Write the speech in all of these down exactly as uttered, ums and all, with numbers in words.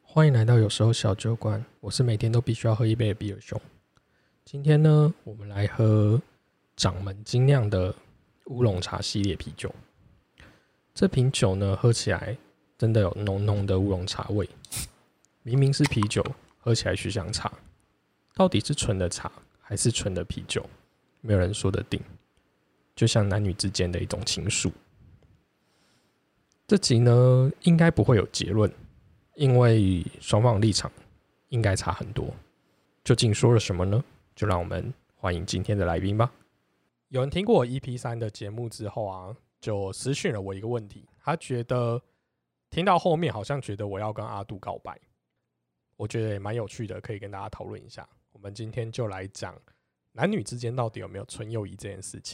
欢迎来到有时候小酒馆，我是每天都必须要喝一杯的比尔熊。今天呢，我们来喝掌门精酿的乌龙茶系列啤酒。这瓶酒呢，喝起来真的有浓浓的乌龙茶味。明明是啤酒，喝起来却像茶。到底是纯的茶还是纯的啤酒，没有人说得定。就像男女之间的一种情愫。这集呢，应该不会有结论。因为双方的立场应该差很多，究竟说了什么呢？就让我们欢迎今天的来宾吧。有人听过我 E P 三 的节目之后啊，就私讯了我一个问题，他觉得听到后面好像觉得我要跟阿杜告白，我觉得也蛮有趣的，可以跟大家讨论一下。我们今天就来讲男女之间到底有没有纯友谊这件事情。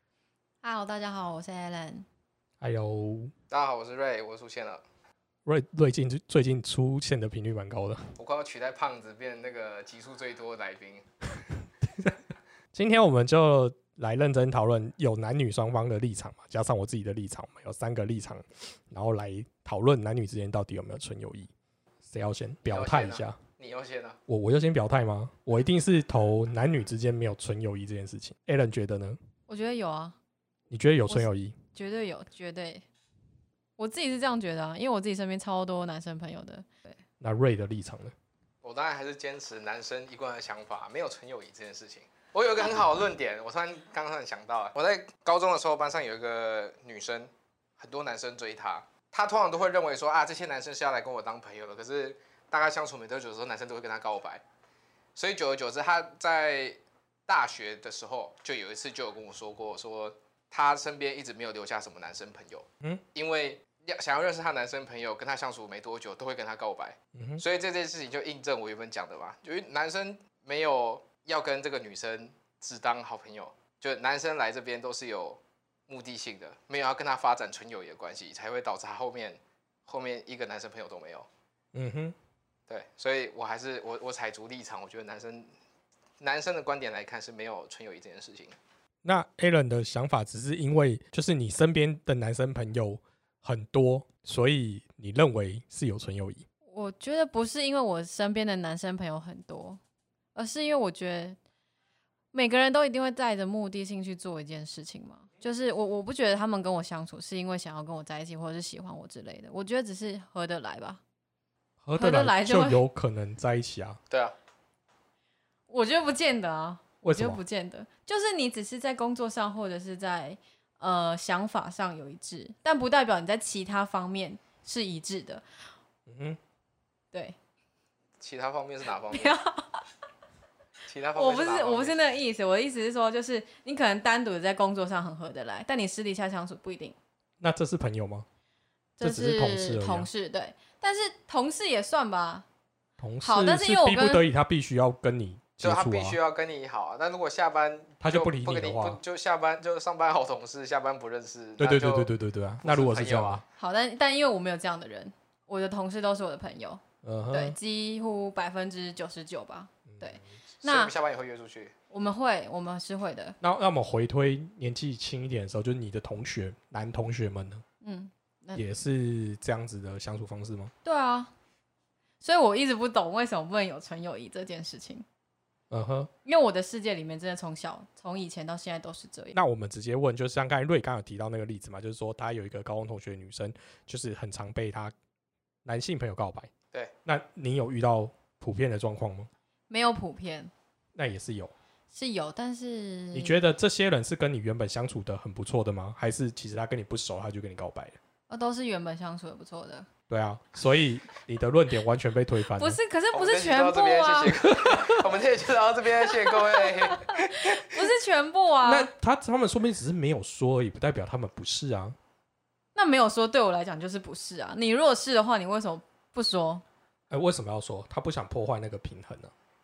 Hello， 大家好，我是 Alan。 还有， 大家好，我是 Ray， 我出现了。 瑞瑞近最近出现的频率蛮高的， 我快要取代胖子，变成那个集数最多的来宾。 今天我们就来认真讨论有男女双方的立场嘛，加上我自己的立场，我们有三个立场，然后来讨论男女之间到底有没有纯友谊。谁要先表态一下？ 你要先啊！ 我我要先表态吗？我一定是投男女之间没有纯友谊这件事情。Alan 觉得呢？ 我觉得有啊。 你觉得有纯友谊？ 绝对有，绝对。我自己是这样觉得啊，因为我自己身边超多男生朋友的。对， 那 Ray 的立场呢？ 我当然还是坚持男生一贯的想法，没有纯友谊这件事情。我有一个很好的论点，我突然刚刚想到，我在高中的时候，班上有一个女生，很多男生追她，她通常都会认为说啊，这些男生是要来跟我当朋友的。可是大概相处没多久的时候，男生都会跟她告白，所以久而久之，她在大学的时候就有一次就有跟我说过，说她身边一直没有留下什么男生朋友，嗯，因为想要认识他男生朋友，跟他相处没多久，都会跟他告白，嗯、所以这件事情就印证我原本讲的嘛，就是男生没有要跟这个女生只当好朋友，就男生来这边都是有目的性的，没有要跟他发展纯友谊的关系，才会导致他后面后面一个男生朋友都没有。嗯哼，对，所以我还是我我采足立场，我觉得男生男生的观点来看是没有纯友谊这件事情。 那 Alan 的想法只是因为就是你身边的男生朋友很多，所以你认为是有纯友谊？ 我觉得不是因为我身边的男生朋友很多，而是因为我觉得每个人都一定会带着目的性去做一件事情嘛。就是我我不觉得他们跟我相处是因为想要跟我在一起，或者是喜欢我之类的。我觉得只是合得来吧。 合得来就有可能在一起啊？ 对啊， 我觉得不见得啊。 为什么？ 我觉得不见得，就是你只是在工作上或者是在呃想法上有一致，但不代表你在其他方面是一致的。嗯哼，对。 其他方面是哪方面？其他方面是哪方面？我不是我不是那个意思，我的意思是说，就是你可能单独在工作上很合得来，但你私底下相处不一定。 那这是朋友吗？ 这只是同事而已啊。 同事对，但是同事也算吧。 同事好，但是因为我逼不得已，他必须要跟你。 就他必须要跟你好啊，但如果下班他就不理你的话， 就下班就上班好同事，下班不认识， 对对对对对对对啊。那如果是这样啊， 好，但但因为我没有这样的人，我的同事都是我的朋友，嗯、对，几乎百分之九十九吧，对。嗯、 那我们下班也会约出去？ 我们会，我们是会的。 那那我们回推年纪轻一点的时候，就是你的同学，男同学们呢，嗯，也是这样子的相处方式吗？ 对啊，所以我一直不懂为什么不能有纯友谊这件事情。嗯哼，因为我的世界里面真的从小从以前到现在都是这样。 那我们直接问，就是像刚才瑞刚有提到那个例子嘛，就是说他有一个高中同学的女生，就是很常被他男性朋友告白。 对， 那你有遇到普遍的状况吗？ 没有普遍， 那也是有， 是有，但是你觉得这些人是跟你原本相处的很不错的吗？还是其实他跟你不熟，他就跟你告白了？ 哦，都是原本相处的不错的。 对啊，所以你的论点完全被推翻了。 不是，可是不是全部啊。 我们这里就到这边，谢谢各位。 不是全部啊。 那他他们说不定只是没有说而已，不代表他们不是啊。 那没有说对我来讲就是不是啊。你如果是的话，你为什么不说？ 哎、欸，为什么要说？他不想破坏那个平衡呢、啊？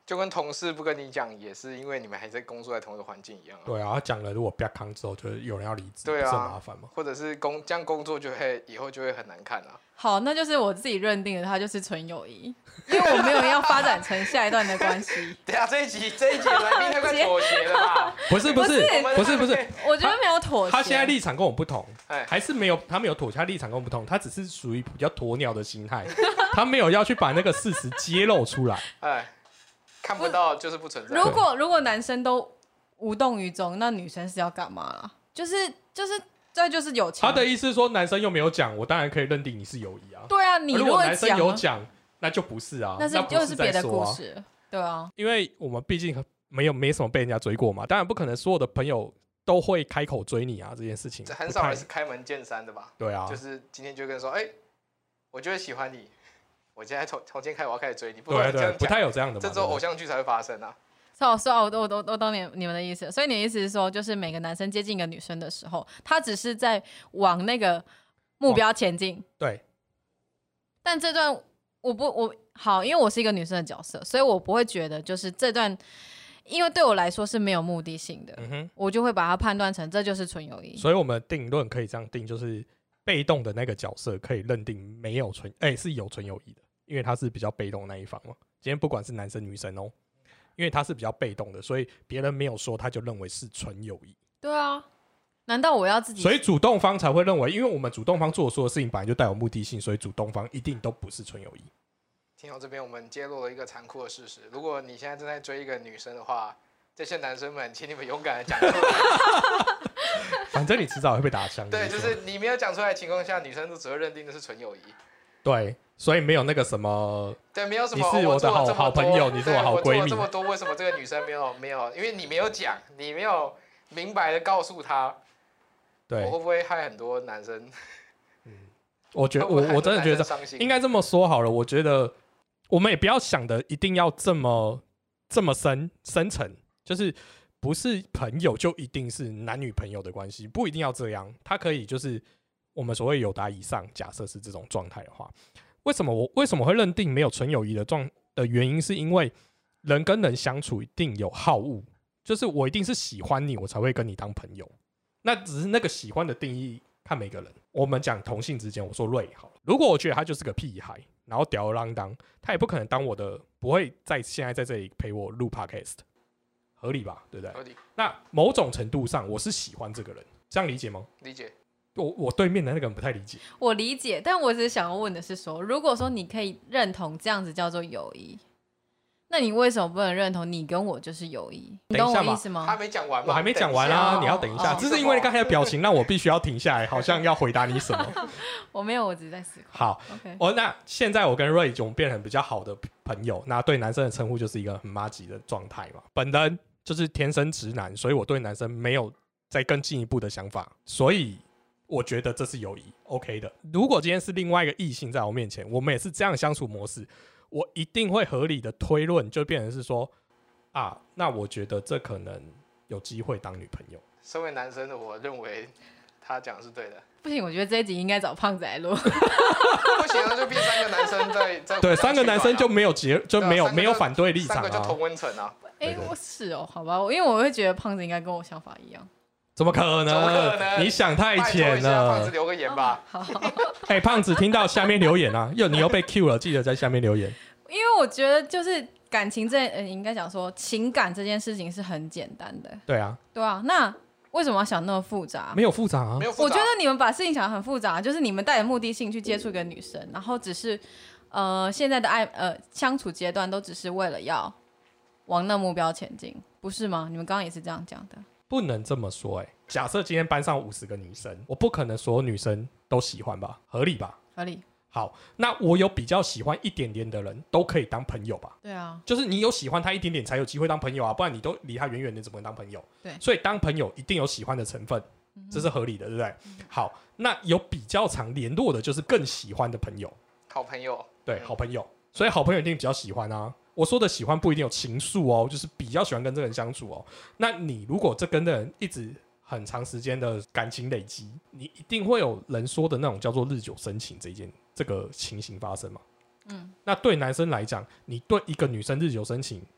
就跟同事不跟你讲，也是因为你们还在工作在同一个环境一样、啊。 对啊，他讲了，如果不要康之后，就是有人要离职， 对啊， 不是很麻烦吗？ 或者是工这样工作就会以后就会很难看啊。 好，那就是我自己认定的，它就是纯友谊，因为我没有要发展成下一段的关系。 等一下这一集这一集来宾太快妥协了吧？ 不是不是不是不是， 我觉得没有妥协。 他现在立场跟我不同， 哎还是没有他没有妥协，他立场跟我不同，他只是属于比较鸵鸟的心态，他没有要去把那个事实揭露出来。 哎，看不到就是不存在。 如果如果男生都无动于衷，那女生是要干嘛啦？就是就是这就是友情。 他的意思是说，男生又没有讲，我当然可以认定你是友谊啊。 对啊，你如果果男生讲有讲，那就不是啊， 那是又又是别的故事了。对啊， 因为我们毕竟没有没什么被人家追过嘛，当然不可能所有的朋友都会开口追你啊，这件事情这很少人是开门见山的吧？ 对啊， 就是今天就跟说，哎、欸，我就会喜欢你，我现在从从今天开始我要开始追你，不对对，不太有这样的嘛， 这只有偶像剧才会发生啊。 是哦，是哦，我我我我懂你你们的意思，所以你的意思是说，就是每个男生接近一个女生的时候，他只是在往那个目标前进。 对。 但这段我不我好，因为我是一个女生的角色，所以我不会觉得就是这段，因为对我来说是没有目的性的， 嗯哼， 我就会把它判断成这就是纯友谊。 所以我们定论可以这样定，就是被动的那个角色可以认定没有纯，哎、欸、是有纯友谊的，因为他是比较被动的那一方嘛。今天不管是男生女生哦。因为他是比较被动的，所以别人没有说，他就认为是纯友谊。 对啊，难道我要自己？ 所以主动方才会认为，因为我们主动方做的所有事情本来就带有目的性，所以主动方一定都不是纯友谊。 听到这边，我们揭露了一个残酷的事实：如果你现在正在追一个女生的话，这些男生们，请你们勇敢的讲出来。 反正你迟早会被打枪。 对，就是你没有讲出来的情况下，女生都只会认定的是纯友谊。 对。所以没有那个什么， 对，没有什么。 你是我的好好朋友，你是我好闺蜜。 这么多，为什么这个女生没有没有？因为你没有讲，你没有明白的告诉她。 对， 我会不会害很多男生？ 嗯，我觉得我我真的觉得应该这么说好了。我觉得我们也不要想的一定要这么这么深深层，就是不是朋友就一定是男女朋友的关系，不一定要这样。它可以就是我们所谓友达以上，假设是这种状态的话。为什么我为什么会认定没有纯友谊的状的原因，是因为人跟人相处一定有好恶，就是我一定是喜欢你，我才会跟你当朋友。那只是那个喜欢的定义看每个人。我们讲同性之间，我说瑞好了，如果我觉得他就是个屁孩，然后吊儿郎当，他也不可能当我的，不会在现在在这里陪我录 podcast， 合理吧？对不对？ 合理。 那某种程度上，我是喜欢这个人，这样理解吗？ 理解。 我我对面的那个人不太理解。 我理解，但我只是想要问的是说，如果说你可以认同这样子叫做友谊，那你为什么不能认同你跟我就是友谊？你懂我意思吗？ 还没讲完吗？ 我还没讲完啊！你要等一下，只、哦、是因为你刚才的表情让我必须要停下来，好像要回答你什么。 我没有，我只是在思考。 好， okay. 我那现在我跟瑞总变成比较好的朋友，那对男生的称呼就是一个很麻吉的状态嘛。本人就是天生直男，所以我对男生没有再更进一步的想法，所以。我觉得这是友谊 ，OK 的。如果今天是另外一个异性在我面前，我们也是这样相处模式，我一定会合理的推论，就变成是说，啊，那我觉得这可能有机会当女朋友。 身为男生的我认为他讲的是对的。 不行，我觉得这一集应该找胖子来录。 不行，那就变三个男生在在。 对，三个男生就没有结，就没有没有反对立场啊。 三个就同温层啊。 哎、欸，我是哦，好吧，因为我会觉得胖子应该跟我想法一样。 怎么可能？怎么可能？你想太浅了。 胖子留个言吧。 好。 哎、欸，胖子听到下面留言啊，又你又被 Q 了，记得在下面留言。 因为我觉得就是感情这，呃，应该讲说情感这件事情是很简单的。 对啊。 对啊，那为什么要想那么复杂？ 没有复杂啊， 没有复杂。 我觉得你们把事情想得很复杂，就是你们带着目的性去接触一个女生，然后只是呃现在的爱呃相处阶段都只是为了要往那目标前进，不是吗？你们刚刚也是这样讲的。 不能这么说哎、欸，假设今天班上五十个女生，我不可能所有女生都喜欢吧？合理吧？ 合理。 好，那我有比较喜欢一点点的人都可以当朋友吧？ 对啊， 就是你有喜欢他一点点才有机会当朋友啊，不然你都离他远远的，怎么能当朋友？ 对， 所以当朋友一定有喜欢的成分，嗯、这是合理的，对不对？嗯、好，那有比较常联络的，就是更喜欢的朋友， 好朋友， 对，好朋友，所以好朋友一定比较喜欢啊。我说的喜欢不一定有情愫哦，就是比较喜欢跟这个人相处哦。那你如果这跟这人一直很长时间的感情累积，你一定会有人说的那种叫做日久生情这一件这个情形发生嘛。嗯，那对男生来讲，你对一个女生日久生情，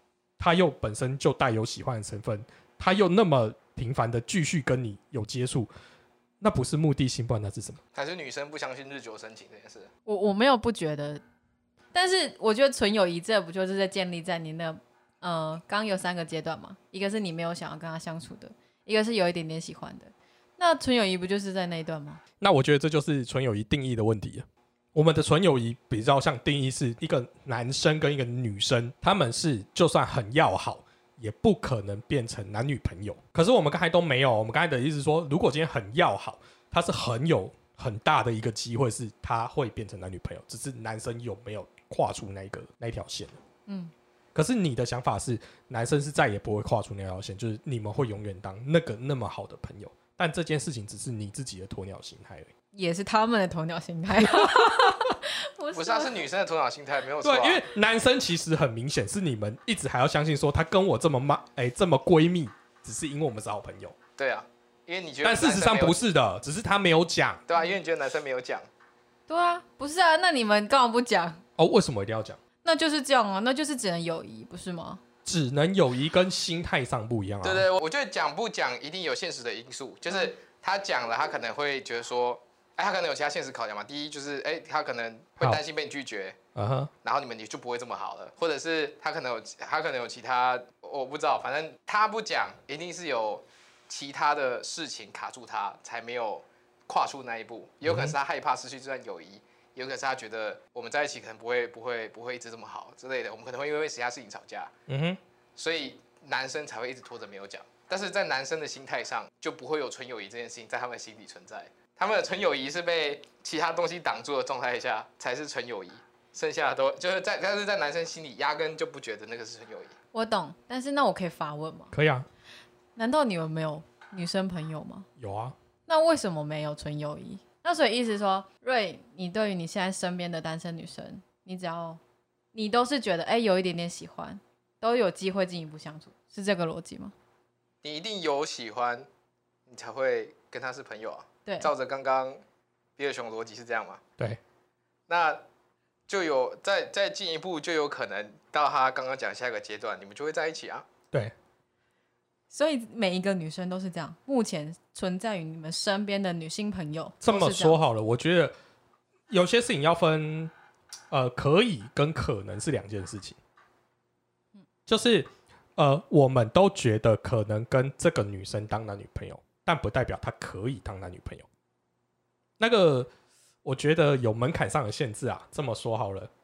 他又本身就带有喜欢的成分，他又那么频繁的继续跟你有接触，那不是目的性，不然那是什么？ 还是女生不相信日久生情这件事？ 我我没有不觉得，但是我觉得纯友谊这不就是在建立在你那呃，刚刚有三个阶段嘛，一个是你没有想要跟他相处的，一个是有一点点喜欢的，那纯友谊不就是在那一段吗？ 那我觉得这就是纯友谊定义的问题了。我们的纯友谊比较像定义是一个男生跟一个女生，他们是就算很要好，也不可能变成男女朋友。可是我们刚才都没有，我们刚才的意思是说，如果今天很要好，他是很有很大的一个机会是他会变成男女朋友，只是男生有没有跨出那一个那一条线。嗯。可是你的想法是，男生是再也不会跨出那条线，就是你们会永远当那个那么好的朋友。但这件事情只是你自己的鸵鸟心态而已。 也是他们的鸵鸟心态。 不是，不是啊，是女生的鸵鸟心态，没有错、啊。 对，因为男生其实很明显是你们一直还要相信说，他跟我这么妈哎、欸、这么闺蜜，只是因为我们是好朋友。 对啊，因为你觉得， 但事实上不是的，只是他没有讲。 对啊，因为你觉得男生没有讲。 对啊，不是啊，那你们干嘛不讲？ 哦，为什么一定要讲？ 那就是这样啊，那就是只能友谊，不是吗？ 只能友谊跟心态上不一样啊。 对对，我觉得讲不讲一定有现实的因素，就是他讲了，他可能会觉得说，哎，他可能有其他现实考量嘛。第一就是，哎，他可能会担心被你拒绝， uh-huh. 然后你们也就不会这么好了，或者是他可能有他可能有其他，我不知道，反正他不讲，一定是有其他的事情卡住他，才没有跨出那一步。也有可能是他害怕失去这段友谊。有可能是他觉得我们在一起可能不会不会不会一直这么好之类的，我们可能会因为其他事情吵架，嗯哼，所以男生才会一直拖着没有讲。但是在男生的心态上，就不会有纯友谊这件事情在他们心里存在。他们的纯友谊是被其他东西挡住的状态下才是纯友谊，剩下的都就是在但是在男生心里压根就不觉得那个是纯友谊。 我懂，但是那我可以发问吗？ 可以啊。 难道你们没有女生朋友吗？ 有啊。 那为什么没有纯友谊？那所以意思说，瑞，你对于你现在身边的单身女生，你只要你都是觉得哎、欸、有一点点喜欢，都有机会进一步相处，是这个逻辑吗？ 你一定有喜欢，你才会跟他是朋友啊。 对， 照着刚刚比尔熊逻辑是这样吗？ 对， 那就有再再进一步，就有可能到他刚刚讲下一个阶段，你们就会在一起啊。 对。 所以每一个女生都是这样，目前存在于你们身边的女性朋友这么说好了，我觉得有些事情要分，呃，可以跟可能是两件事情。嗯、就是呃，我们都觉得可能跟这个女生当男女朋友，但不代表她可以当男女朋友。那个我觉得有门槛上的限制啊。这么说好了，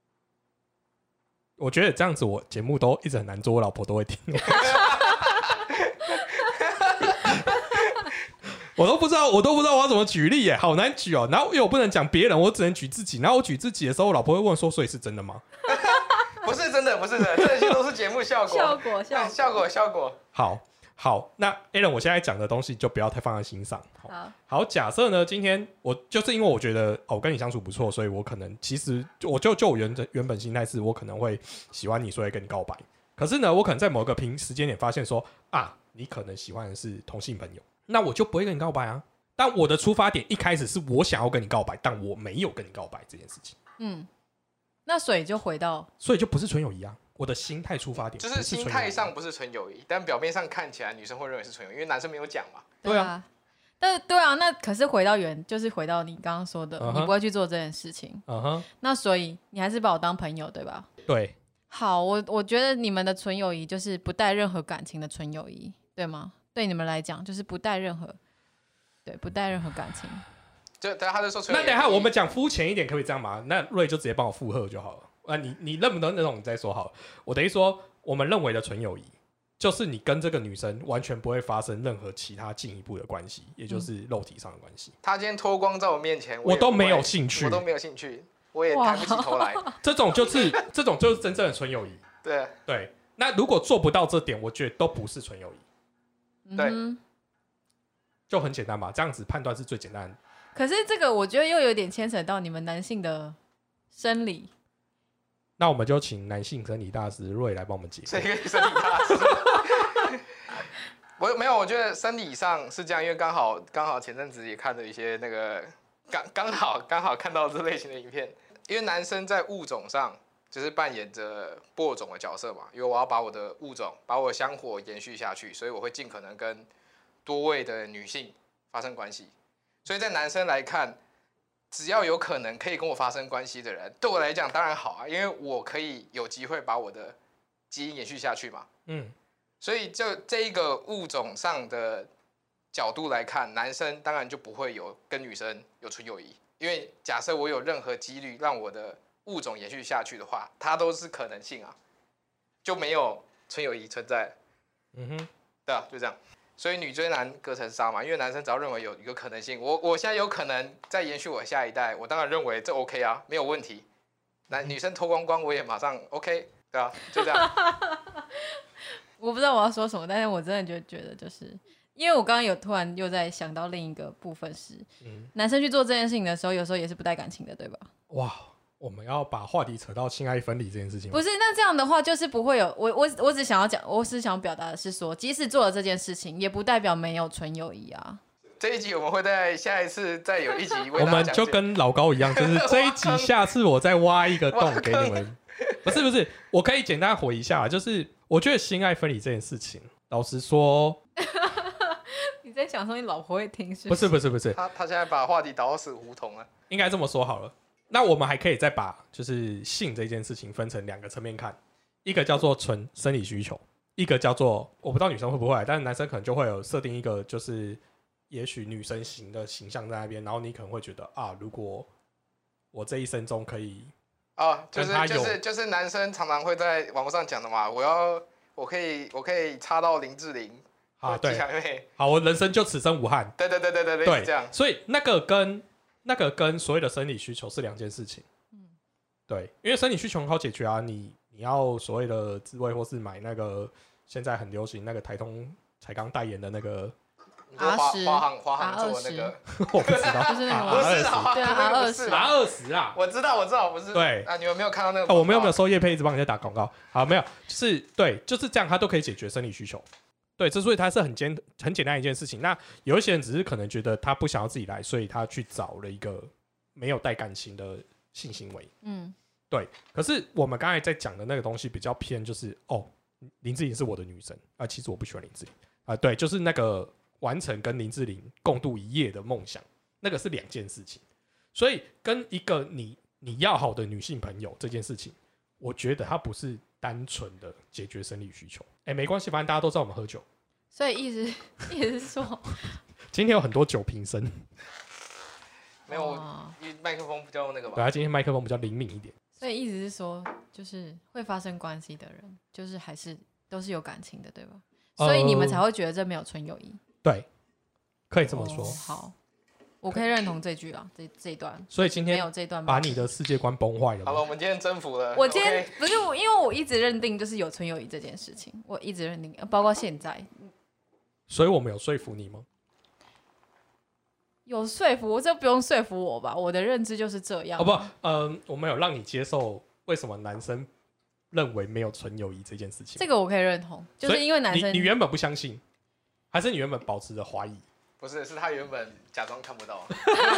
我觉得这样子我节目都一直很难做，我老婆都会听。我都不知道，我都不知道我要怎么举例耶，好难举哦。然后因为我不能讲别人，我只能举自己。然后我举自己的时候，我老婆会问说：“所以是真的吗？” 不是真的，不是真的，这些都是节目效果， 效果，效果， 效果，效果。 好，好，那 Alan， 我现在讲的东西就不要太放在心上。 好， 好，假设呢，今天我就是因为我觉得哦，我跟你相处不错，所以我可能其实我就就我原原本心态是我可能会喜欢你，所以跟你告白。可是呢，我可能在某个平时间点发现说啊，你可能喜欢的是同性朋友。那我就不会跟你告白啊。但我的出发点一开始是我想要跟你告白，但我没有跟你告白这件事情。 嗯，那所以就回到， 所以就不是纯友谊啊。我的心态出发点就是心态上不是纯友谊，但表面上看起来女生会认为是纯友谊，因为男生没有讲嘛。 对啊，但对啊，那可是回到原，就是回到你刚刚说的， uh-huh. 你不会去做这件事情。嗯哼，那所以你还是把我当朋友，对吧？ 对。 好，我我觉得你们的纯友谊就是不带任何感情的纯友谊，对吗？对你们来讲，就是不带任何，对，不带任何感情。 就等下他就说纯友谊。 那等一下我们讲肤浅一点，可不可以这样吗？那瑞就直接帮我附和就好了。啊，你你认不认那种？你再说好了。我等于说，我们认为的纯友谊，就是你跟这个女生完全不会发生任何其他进一步的关系，也就是肉体上的关系。 他今天脱光在我面前， 我都没有兴趣， 我都没有兴趣，我也抬不起头来。 这种就是这种就是真正的纯友谊。 对对，那如果做不到这点，我觉得都不是纯友谊。 对， 就很简单嘛，这样子判断是最简单的。 可是这个我觉得又有点牵扯到你们男性的生理。 那我们就请男性生理大师瑞来帮我们解释。 谁跟你生理大师？我没有，我觉得生理上是这样，因为刚好刚好前阵子也看了一些那个刚刚好刚好看到这类型的影片，因为男生在物种上就是扮演着播种的角色嘛，因为我要把我的物种、把我的香火延续下去，所以我会尽可能跟多位的女性发生关系。所以在男生来看，只要有可能可以跟我发生关系的人，对我来讲当然好啊，因为我可以有机会把我的基因延续下去嘛。嗯，所以就这一个物种上的角度来看，男生当然就不会有跟女生有纯友谊，因为假设我有任何几率让我的物种延续下去的话，它都是可能性啊，就没有纯友谊存在。嗯哼，对啊，就这样。所以女追男隔层纱嘛，因为男生只要认为有一个可能性，我我现在有可能再延续我下一代，我当然认为这 OK 啊，没有问题。男女生脱光光我也马上 OK， 对啊，就这样。 我不知道我要说什么，但是我真的就觉得就是。因为我刚刚有突然又在想到另一个部分是，嗯、男生去做这件事情的时候，有时候也是不带感情的，对吧？ 哇，我们要把话题扯到性爱分离这件事情吗？ 不是，那这样的话就是不会有我我我只想要讲，我只想表达的是说，即使做了这件事情，也不代表没有纯友谊啊。 这一集我们会在下一次再有一集为大家我们就跟老高一样，就是这一集下次我再挖一个洞给你们。不是不是，我可以简单回一下，就是我觉得性爱分离这件事情，老实说。 你在想说你老婆会听是不是？不是不是不是， 他他现在把话题导到死胡同了。 应该这么说好了。那我们还可以再把就是性这件事情分成两个层面看，一个叫做纯生理需求，一个叫做我不知道女生会不会，但是男生可能就会有设定一个就是也许女生型的形象在那边，然后你可能会觉得啊，如果我这一生中可以啊，就是就是就是男生常常会在网络上讲的嘛，我要我可以我可以插到林志玲。 啊，对，好，我人生就此生无憾。 对对对对对对， 这样。 所以那个跟那个跟所谓的生理需求是两件事情。嗯，对，因为生理需求很好解决啊，你你要所谓的自慰或是买那个现在很流行那个台通才刚代言的那个华华航华航做的那个， 我不知道， 就是那个不是啊， 对啊 ，R 二十 ，R 二十啊， 我知道我知道，不是对啊，你们没有看到那个？ 我们有没有收业配一直帮人家打广告？好，没有，就是对，就是这样，它都可以解决生理需求。对，之所以它是很简很简单的一件事情。那有一些人只是可能觉得他不想要自己来，所以他去找了一个没有带感情的性行为。嗯，对。可是我们刚才在讲的那个东西比较偏，就是哦，林志玲是我的女神啊、呃，其实我不喜欢林志玲啊、呃，对，就是那个完成跟林志玲共度一夜的梦想，那个是两件事情。所以跟一个你你要好的女性朋友这件事情，我觉得它不是单纯的解决生理需求。哎、欸，没关系，反正大家都知道我们喝酒， 所以意思意思是说， 今天有很多酒瓶声， 没有，因为麦克风比较那个吧。 对啊，今天麦克风比较灵敏一点。 所以意思是说，就是会发生关系的人，就是还是都是有感情的，对吧？呃、所以你们才会觉得这没有纯友谊。 对，可以这么说。 哦、好。我可以认同这句啊，这这一段。 所以今天没有这段， 把你的世界观崩坏了吗？ 好了，我们今天征服了。 我今天、 okay、 不是我，因为我一直认定就是有纯友谊这件事情，我一直认定，包括现在。 所以我们有说服你吗？ 有说服我，这不用说服我吧？我的认知就是这样。 哦不，嗯、呃，我们有让你接受为什么男生认为没有纯友谊这件事情。 这个我可以认同，就是因为男生你，你原本不相信，还是你原本保持着怀疑？ 不是，是他原本假装看不到。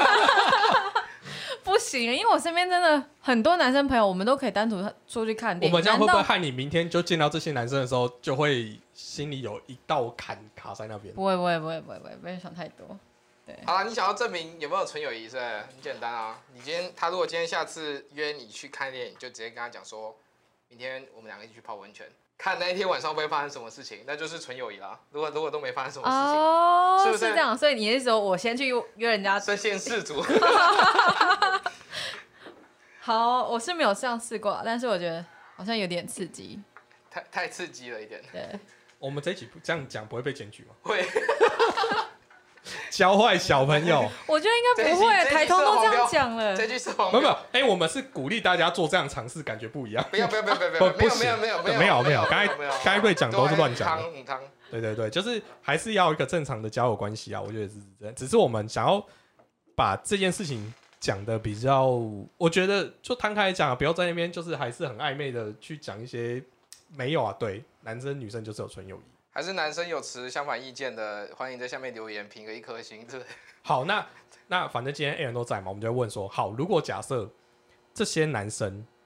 不行，因为我身边真的很多男生朋友，我们都可以单独出去看电影。 我们这样会不会害你明天就见到这些男生的时候，就会心里有一道坎卡在那边？ 不会，不会，不会，不会，不会，不用想太多。对， 好啦，你想要证明有没有纯友谊，是很简单啊。你今天他如果今天下次约你去看电影，就直接跟他讲说，明天我们两个一起去泡温泉。看那一天晚上会发生什么事情，那就是纯友谊啦。如果如果都没发生什么事情， 哦， 是不是？ 是这样？所以你是说我先去约人家身先士卒？ 好，我是没有这样试过，但是我觉得好像有点刺激， 太太刺激了一点。 对， 我们这一集这样讲不会被检举吗？ 会。 教坏小朋友， 我觉得应该不会，台通都这样讲了。 这句是黄标。没有，哎、欸，我们是鼓励大家做这样尝试，感觉不一样。 不要不要不要不要，没有没有没有没有没有没有，刚才刚才对讲都是乱讲的。 对对对，就是还是要一个正常的交友关系啊，我觉得是这样。只是我们想要把这件事情讲的比较，我觉得就摊开来讲，不要在那边就是还是很暧昧的去讲一些没有啊，对，男生女生就是有纯友谊。 还是男生有持相反意见的，欢迎在下面留言评个一颗星，对不对？ 好，那那反正今天 A 人都在嘛，我们就会问说，好，如果假设这些男生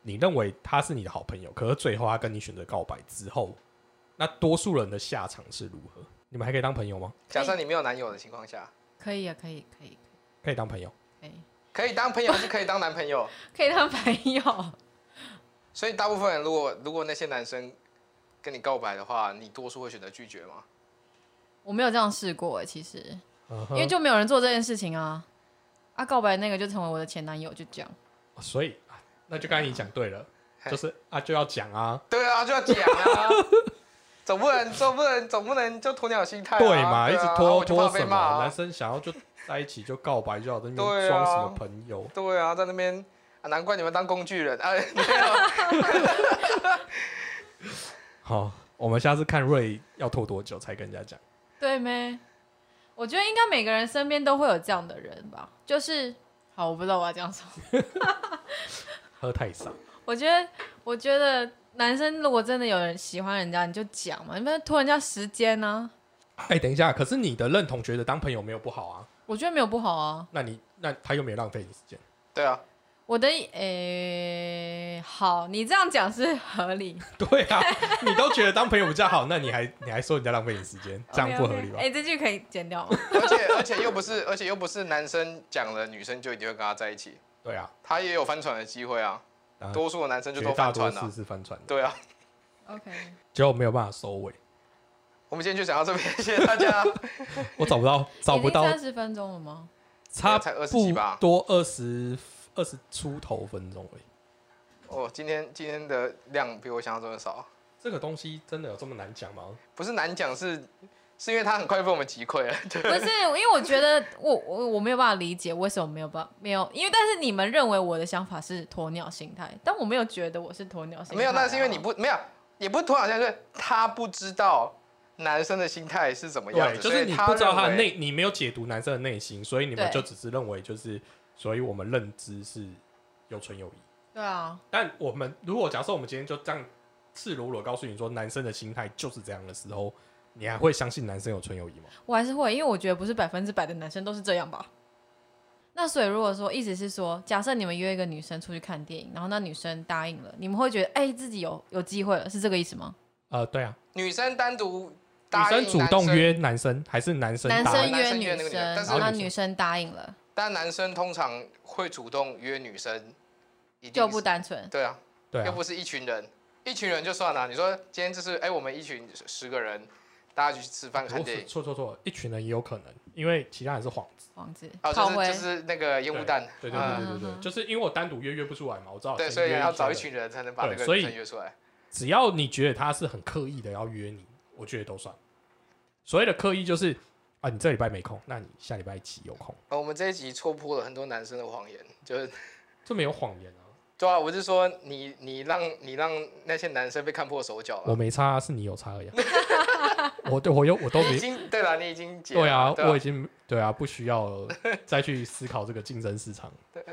你认为他是你的好朋友，可是最后他跟你选择告白之后，那多数人的下场是如何？你们还可以当朋友吗？ 假设你没有男友的情况下， 可以啊，可以，可以， 可以当朋友， 可以， 可以当朋友还是可以当男朋友？ 可以当朋友。 所以大部分人如果如果那些男生跟你告白的话，你多数会选择拒绝吗？ 我没有这样试过哎，其实， uh-huh. 因为就没有人做这件事情啊。啊，告白那个就成为我的前男友，就这样。 所以那就刚才你讲对了，就是啊就要讲啊， 对啊，就要讲啊，总不能总不能总不能就鸵鸟心态、啊， 对嘛， 对啊、 一直拖拖什么、 啊？ 男生想要就在一起就告白就好，在那边边装什么朋友？ 对啊，在那边啊，难怪你们当工具人啊，没有。 好，我们下次看瑞要拖多久才跟人家讲？ 对没？我觉得应该每个人身边都会有这样的人吧，就是好，我不知道我要讲什么。 喝太少。 我觉得，我觉得男生如果真的有人喜欢人家，你就讲嘛，你不要拖人家时间呢、 啊。哎、欸，等一下，可是你的认同觉得当朋友没有不好啊？ 我觉得没有不好啊。 那你那他又没有浪费你时间。 对啊。 我的诶、欸，好，你这样讲是合理。 对啊，你都觉得当朋友比较好，那你还你还说人家浪费你时间，这样不合理吧？ 哎、okay, okay. 欸，这句可以剪掉吗？ 而且而且又不是，而且又不是男生讲了，女生就一定会跟他在一起。 对啊， 他也有翻船的机会啊。多数的男生就都翻船了、啊， 绝大多数是翻船的。 对啊。 OK。 结果没有办法收尾。 我们今天就讲到这边，谢谢大家。 我找不到，找不到。 三十分钟了吗？ 差不多二十。二十出头分钟而已。 哦，今天今天的量比我想象中的少。 这个东西真的有这么难讲吗？ 不是难讲，是是因为它很快被我们击溃了。对， 不是，因为我觉得我我我没有办法理解为什么没有办法没有，因为但是你们认为我的想法是鸵鸟心态，但我没有觉得我是鸵鸟心态、啊。 没有，那是因为你不没有，也不是鸵鸟心态，是他不知道男生的心态是怎么样子，就是你不知道他的内，你没有解读男生的内心，所以你们就只是认为就是。所以我们认知是有纯有疑。 对啊。 但我们如果假设我们今天就这样赤裸裸告诉你说男生的心态就是这样的时候，你还会相信男生有纯有疑吗？ 我还是会，因为我觉得不是百分之百的男生都是这样吧。那所以如果说意思是说，假设你们约一个女生出去看电影，然后那女生答应了，你们会觉得哎、欸、自己有有机会了，是这个意思吗？ 呃，对啊。 女生单独答应女生主动约男生，还是男生男生约女生，然后那女生答应了。 但男生通常会主动约女生， 就不单纯。 对啊， 对啊， 又不是一群人，一群人就算了。你说今天就是哎、欸，我们一群十个人，大家去吃饭看电影。 错错错，一群人也有可能，因为其他人是幌子。 幌子哦，就是就是那个烟雾弹。 对对对对对对，嗯、就是因为我单独约约不出来嘛，我知道。 对，所以要找一群人才能把那个女生约出来。 只要你觉得他是很刻意的要约你，我觉得都算。所谓的刻意就是啊，你这礼拜没空，那你下礼拜几有空？ 哦，我们这一集戳破了很多男生的谎言，就是这没有谎言啊。 对啊，我是说你你让你让那些男生被看破手脚了。 我没差、啊，是你有差而已、啊。我对我有我都没。 已经对了，你已经解了对啊， 对啊我已经对啊，不需要再去思考这个竞争市场。 对。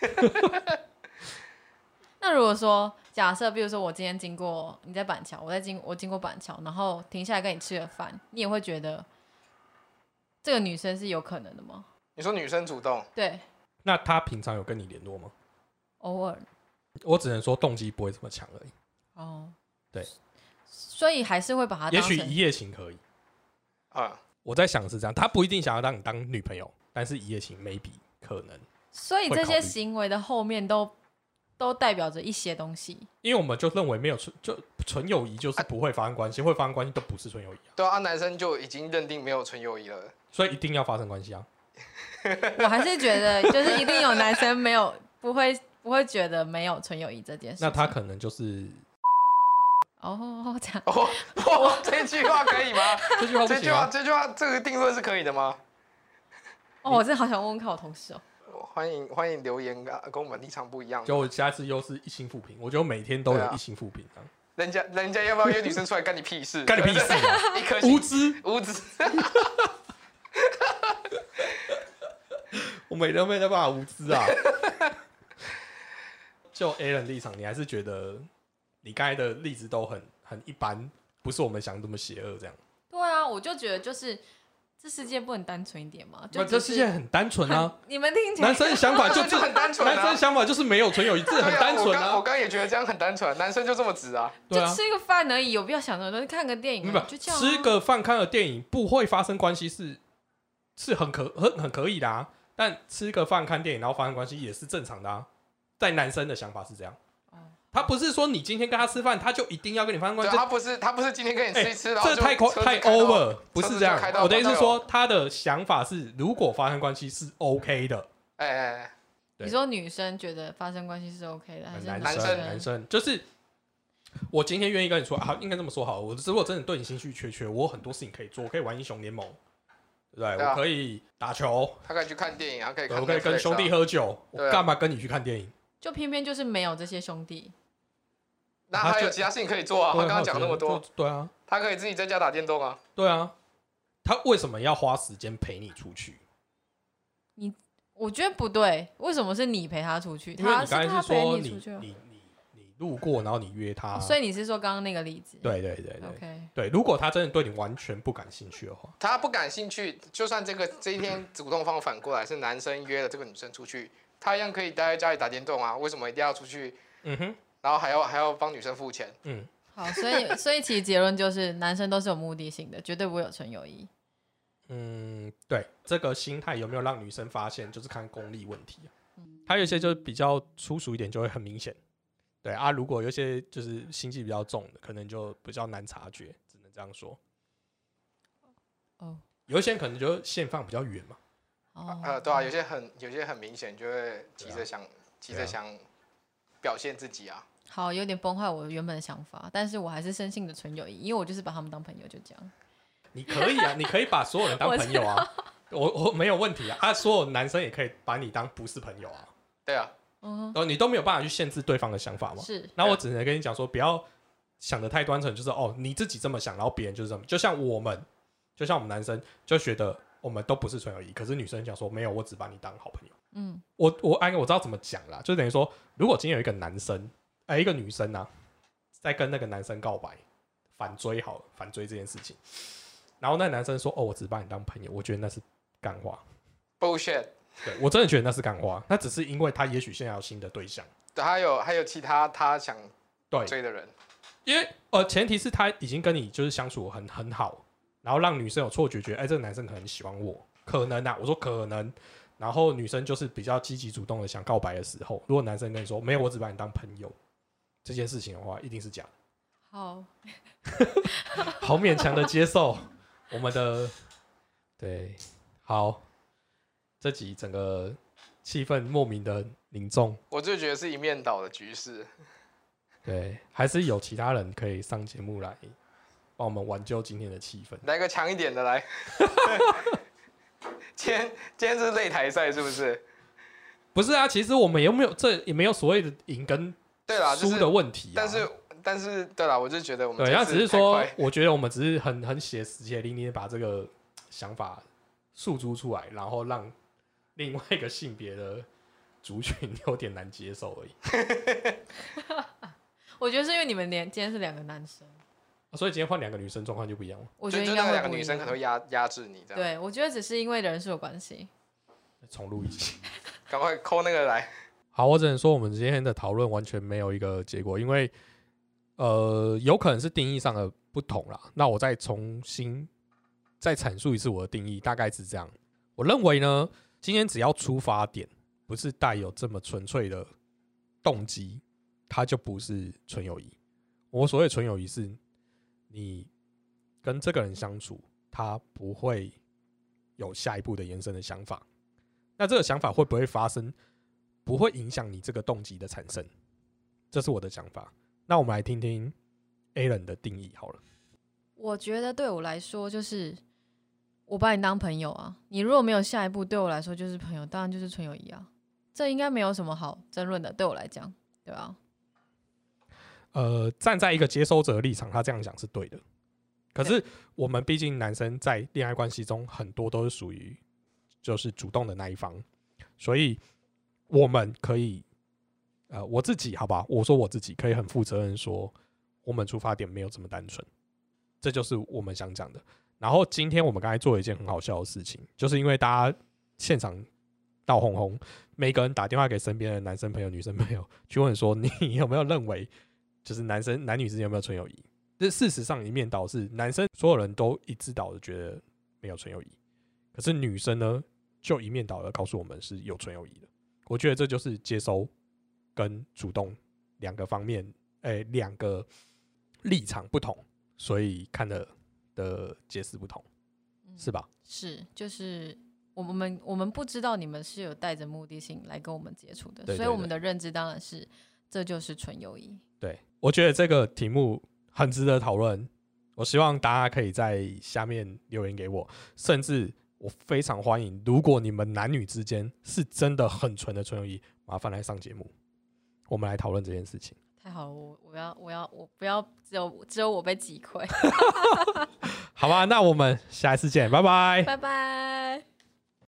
那如果说假设，比如说我今天经过你在板桥，我在经我经过板桥，然后停下来跟你吃了饭，你也会觉得这个女生是有可能的吗？ 你说女生主动？ 对。 那她平常有跟你联络吗？ 偶尔。 我只能说动机不会这么强而已。 哦。 对。 所以还是会把她当成。 也许一夜情可以。 啊。 我在想是这样，她不一定想要让你当女朋友，但是一夜情 maybe 可能。 所以这些行为的后面都。都代表着一些东西， 因为我们就认为没有纯就纯友谊就是不会发生关系，啊、会发生关系都不是纯友谊啊。 对啊，男生就已经认定没有纯友谊了， 所以一定要发生关系啊。 我还是觉得，就是一定有男生没有不会不会觉得没有纯友谊这件事。 那他可能就是哦这样哦哦，这句话可以吗？ 这句话不行、啊、 这句话这句话这个定论是可以的吗？ 哦，我真的好想问问看我同事哦。 欢迎欢迎留言，跟我们立场不一样。 就我下次又是一星负评，我觉得我每天都有一星负评、啊。 人家人家要不要约女生出来，干你屁事？ 干你屁事、啊！ 一颗无知无知。 我每天没办法无知啊。就 Alan 立场，你还是觉得你刚才的例子都很很一般，不是我们想这么邪恶这样。 对啊，我就觉得就是这世界不能单纯一点吗？ 就这世界很单纯啊！ 你们听起来， 男生的想法就就很单纯、啊， 男生的想法就是没有纯友谊，这很单纯啊！ 我刚也觉得这样很单纯，男生就这么直啊， 就吃个饭而已，有必要想那么多？看个电影， 不， 就这样、啊。 吃个饭、看个电影不会发生关系是是很可很很可以的啊，但吃个饭、看电影然后发生关系也是正常的啊，在男生的想法是这样。他不是说你今天跟他吃饭，他就一定要跟你发生关系。 他不是，他不是今天跟你吃一吃，欸、然后这太太 over， 不是这样。我的意思是说，他的想法是，如果发生关系是 OK 的。 哎哎哎， 你说女生觉得发生关系是 OK 的，还是男生？男生就是我今天愿意跟你说，好，应该这么说好了。我如果真的对你兴趣缺缺，我有很多事情可以做，我可以玩英雄联盟，对不对？对啊、我可以打球， 他可以去看电影，他可以看， 我可以跟兄弟喝酒，我干嘛跟你去看电影？ 就偏偏就是没有这些兄弟。 那还有其他事情可以做啊！他刚刚讲那么多， 对啊， 他可以自己在家打电动啊。 对啊，他为什么要花时间陪你出去？ 你我觉得不对，为什么是你陪他出去？ 因为你刚才是说你你你你你路过，然后你约他， 所以你是说刚刚那个例子？ 对对对对 ，OK， 对。如果他真的对你完全不感兴趣的话， 他不感兴趣，就算这个这一天主动方反过来是男生约了这个女生出去，他一样可以待在家里打电动啊。为什么一定要出去？嗯哼。然后还要还要帮女生付钱，嗯， 好，所以所以其实结论就是男生都是有目的性的，绝对不会有纯友谊。 嗯，对，这个心态有没有让女生发现，就是看功利问题、啊嗯、还有一些就是比较粗俗一点，就会很明显。对啊，如果有一些就是心机比较重的，可能就比较难察觉，只能这样说。哦，有一些人可能就线放比较远嘛。 哦，呃，对啊，有些很有些很明显，就会急着想、啊、急着想。表现自己啊， 好，有点崩坏我原本的想法，但是我还是深信的纯友谊，因为我就是把他们当朋友，就这样。 你可以啊，你可以把所有人当朋友啊，我我没有问题啊，啊，所有男生也可以把你当不是朋友啊， 对啊， 嗯， 你都没有办法去限制对方的想法嘛， 是， 那我只能跟你讲说，不要想得太单纯，就是哦你自己这么想，然后别人就是这么，就像我们，就像我们男生就觉得我们都不是纯友谊，可是女生讲说没有，我只把你当好朋友。嗯，我我安我知道怎么讲啦，就等于说，如果今天有一个男生，哎、欸，一个女生啊，在跟那个男生告白，反追好了，反追这件事情，然后那个男生说，哦，我只把你当朋友，我觉得那是干话 ，bullshit。 对，我真的觉得那是干话，那只是因为他也许现在有新的对象， 对，还有还有其他他想追的人， 因为呃，前提是他已经跟你就是相处很很好，然后让女生有错觉，觉得哎、欸，这个男生可能喜欢我，可能啊，我说可能。然后女生就是比较积极主动的想告白的时候，如果男生跟你说没有，我只把你当朋友，这件事情的话，一定是假的。 好， 好勉强的接受我们的，对，好，这集整个气氛莫名的凝重， 我就觉得是一面倒的局势。 对，还是有其他人可以上节目来帮我们挽救今天的气氛， 来个强一点的来。今天今天是擂台赛是不是？ 不是啊，其实我们有没有这也没有所谓的赢跟输的问题、啊， 但是但是对啦，我就觉得我们对，那只是说，我觉得我们只是很很写实血淋淋的把这个想法诉诸出来，然后让另外一个性别的族群有点难接受而已。 我觉得是因为你们连今天是两个男生。 所以今天换两个女生状况就不一样了。 我觉得应该会两个女生可能会压压制你这样。 对，我觉得只是因为人数有关系。 重录一集， 赶快扣那个来。 好，我只能说我们今天的讨论完全没有一个结果，因为呃，有可能是定义上的不同啦。那我再重新再阐述一次我的定义，大概是这样。我认为呢，今天只要出发点不是带有这么纯粹的动机，它就不是纯友谊。我所谓纯友谊是。你跟这个人相处，他不会有下一步的延伸的想法。那这个想法会不会发生？不会影响你这个动机的产生，这是我的想法。那我们来听听 Alan 的定义好了。 我觉得对我来说，就是我把你当朋友啊。你如果没有下一步，对我来说就是朋友，当然就是纯友谊啊。这应该没有什么好争论的，对我来讲，对吧？ 呃，站在一个接收者的立场，他这样讲是对的。可是我们毕竟男生在恋爱关系中很多都是属于就是主动的那一方，所以我们可以，呃，我自己好吧，我说我自己可以很负责任说，我们出发点没有这么单纯，这就是我们想讲的。 然后今天我们刚才做了一件很好笑的事情，就是因为大家现场闹哄哄，每个人打电话给身边的男生朋友、女生朋友，去问说你有没有认为，就是男生男女之间有没有纯友谊？这事实上一面倒是男生所有人都一致倒的觉得没有纯友谊，可是女生呢就一面倒的告诉我们是有纯友谊的。我觉得这就是接收跟主动两个方面，诶、欸，两个立场不同，所以看的的解释不同，嗯、是吧？ 是，就是我们我们不知道你们是有带着目的性来跟我们接触的， 对对对， 所以我们的认知当然是这就是纯友谊。 对，我觉得这个题目很值得讨论，我希望大家可以在下面留言给我，甚至我非常欢迎，如果你们男女之间是真的很纯的纯友谊，麻烦来上节目，我们来讨论这件事情。 太好了，我我要我要我不要只有只有我被击溃。 好吧，那我们下一次见，拜拜， 拜拜。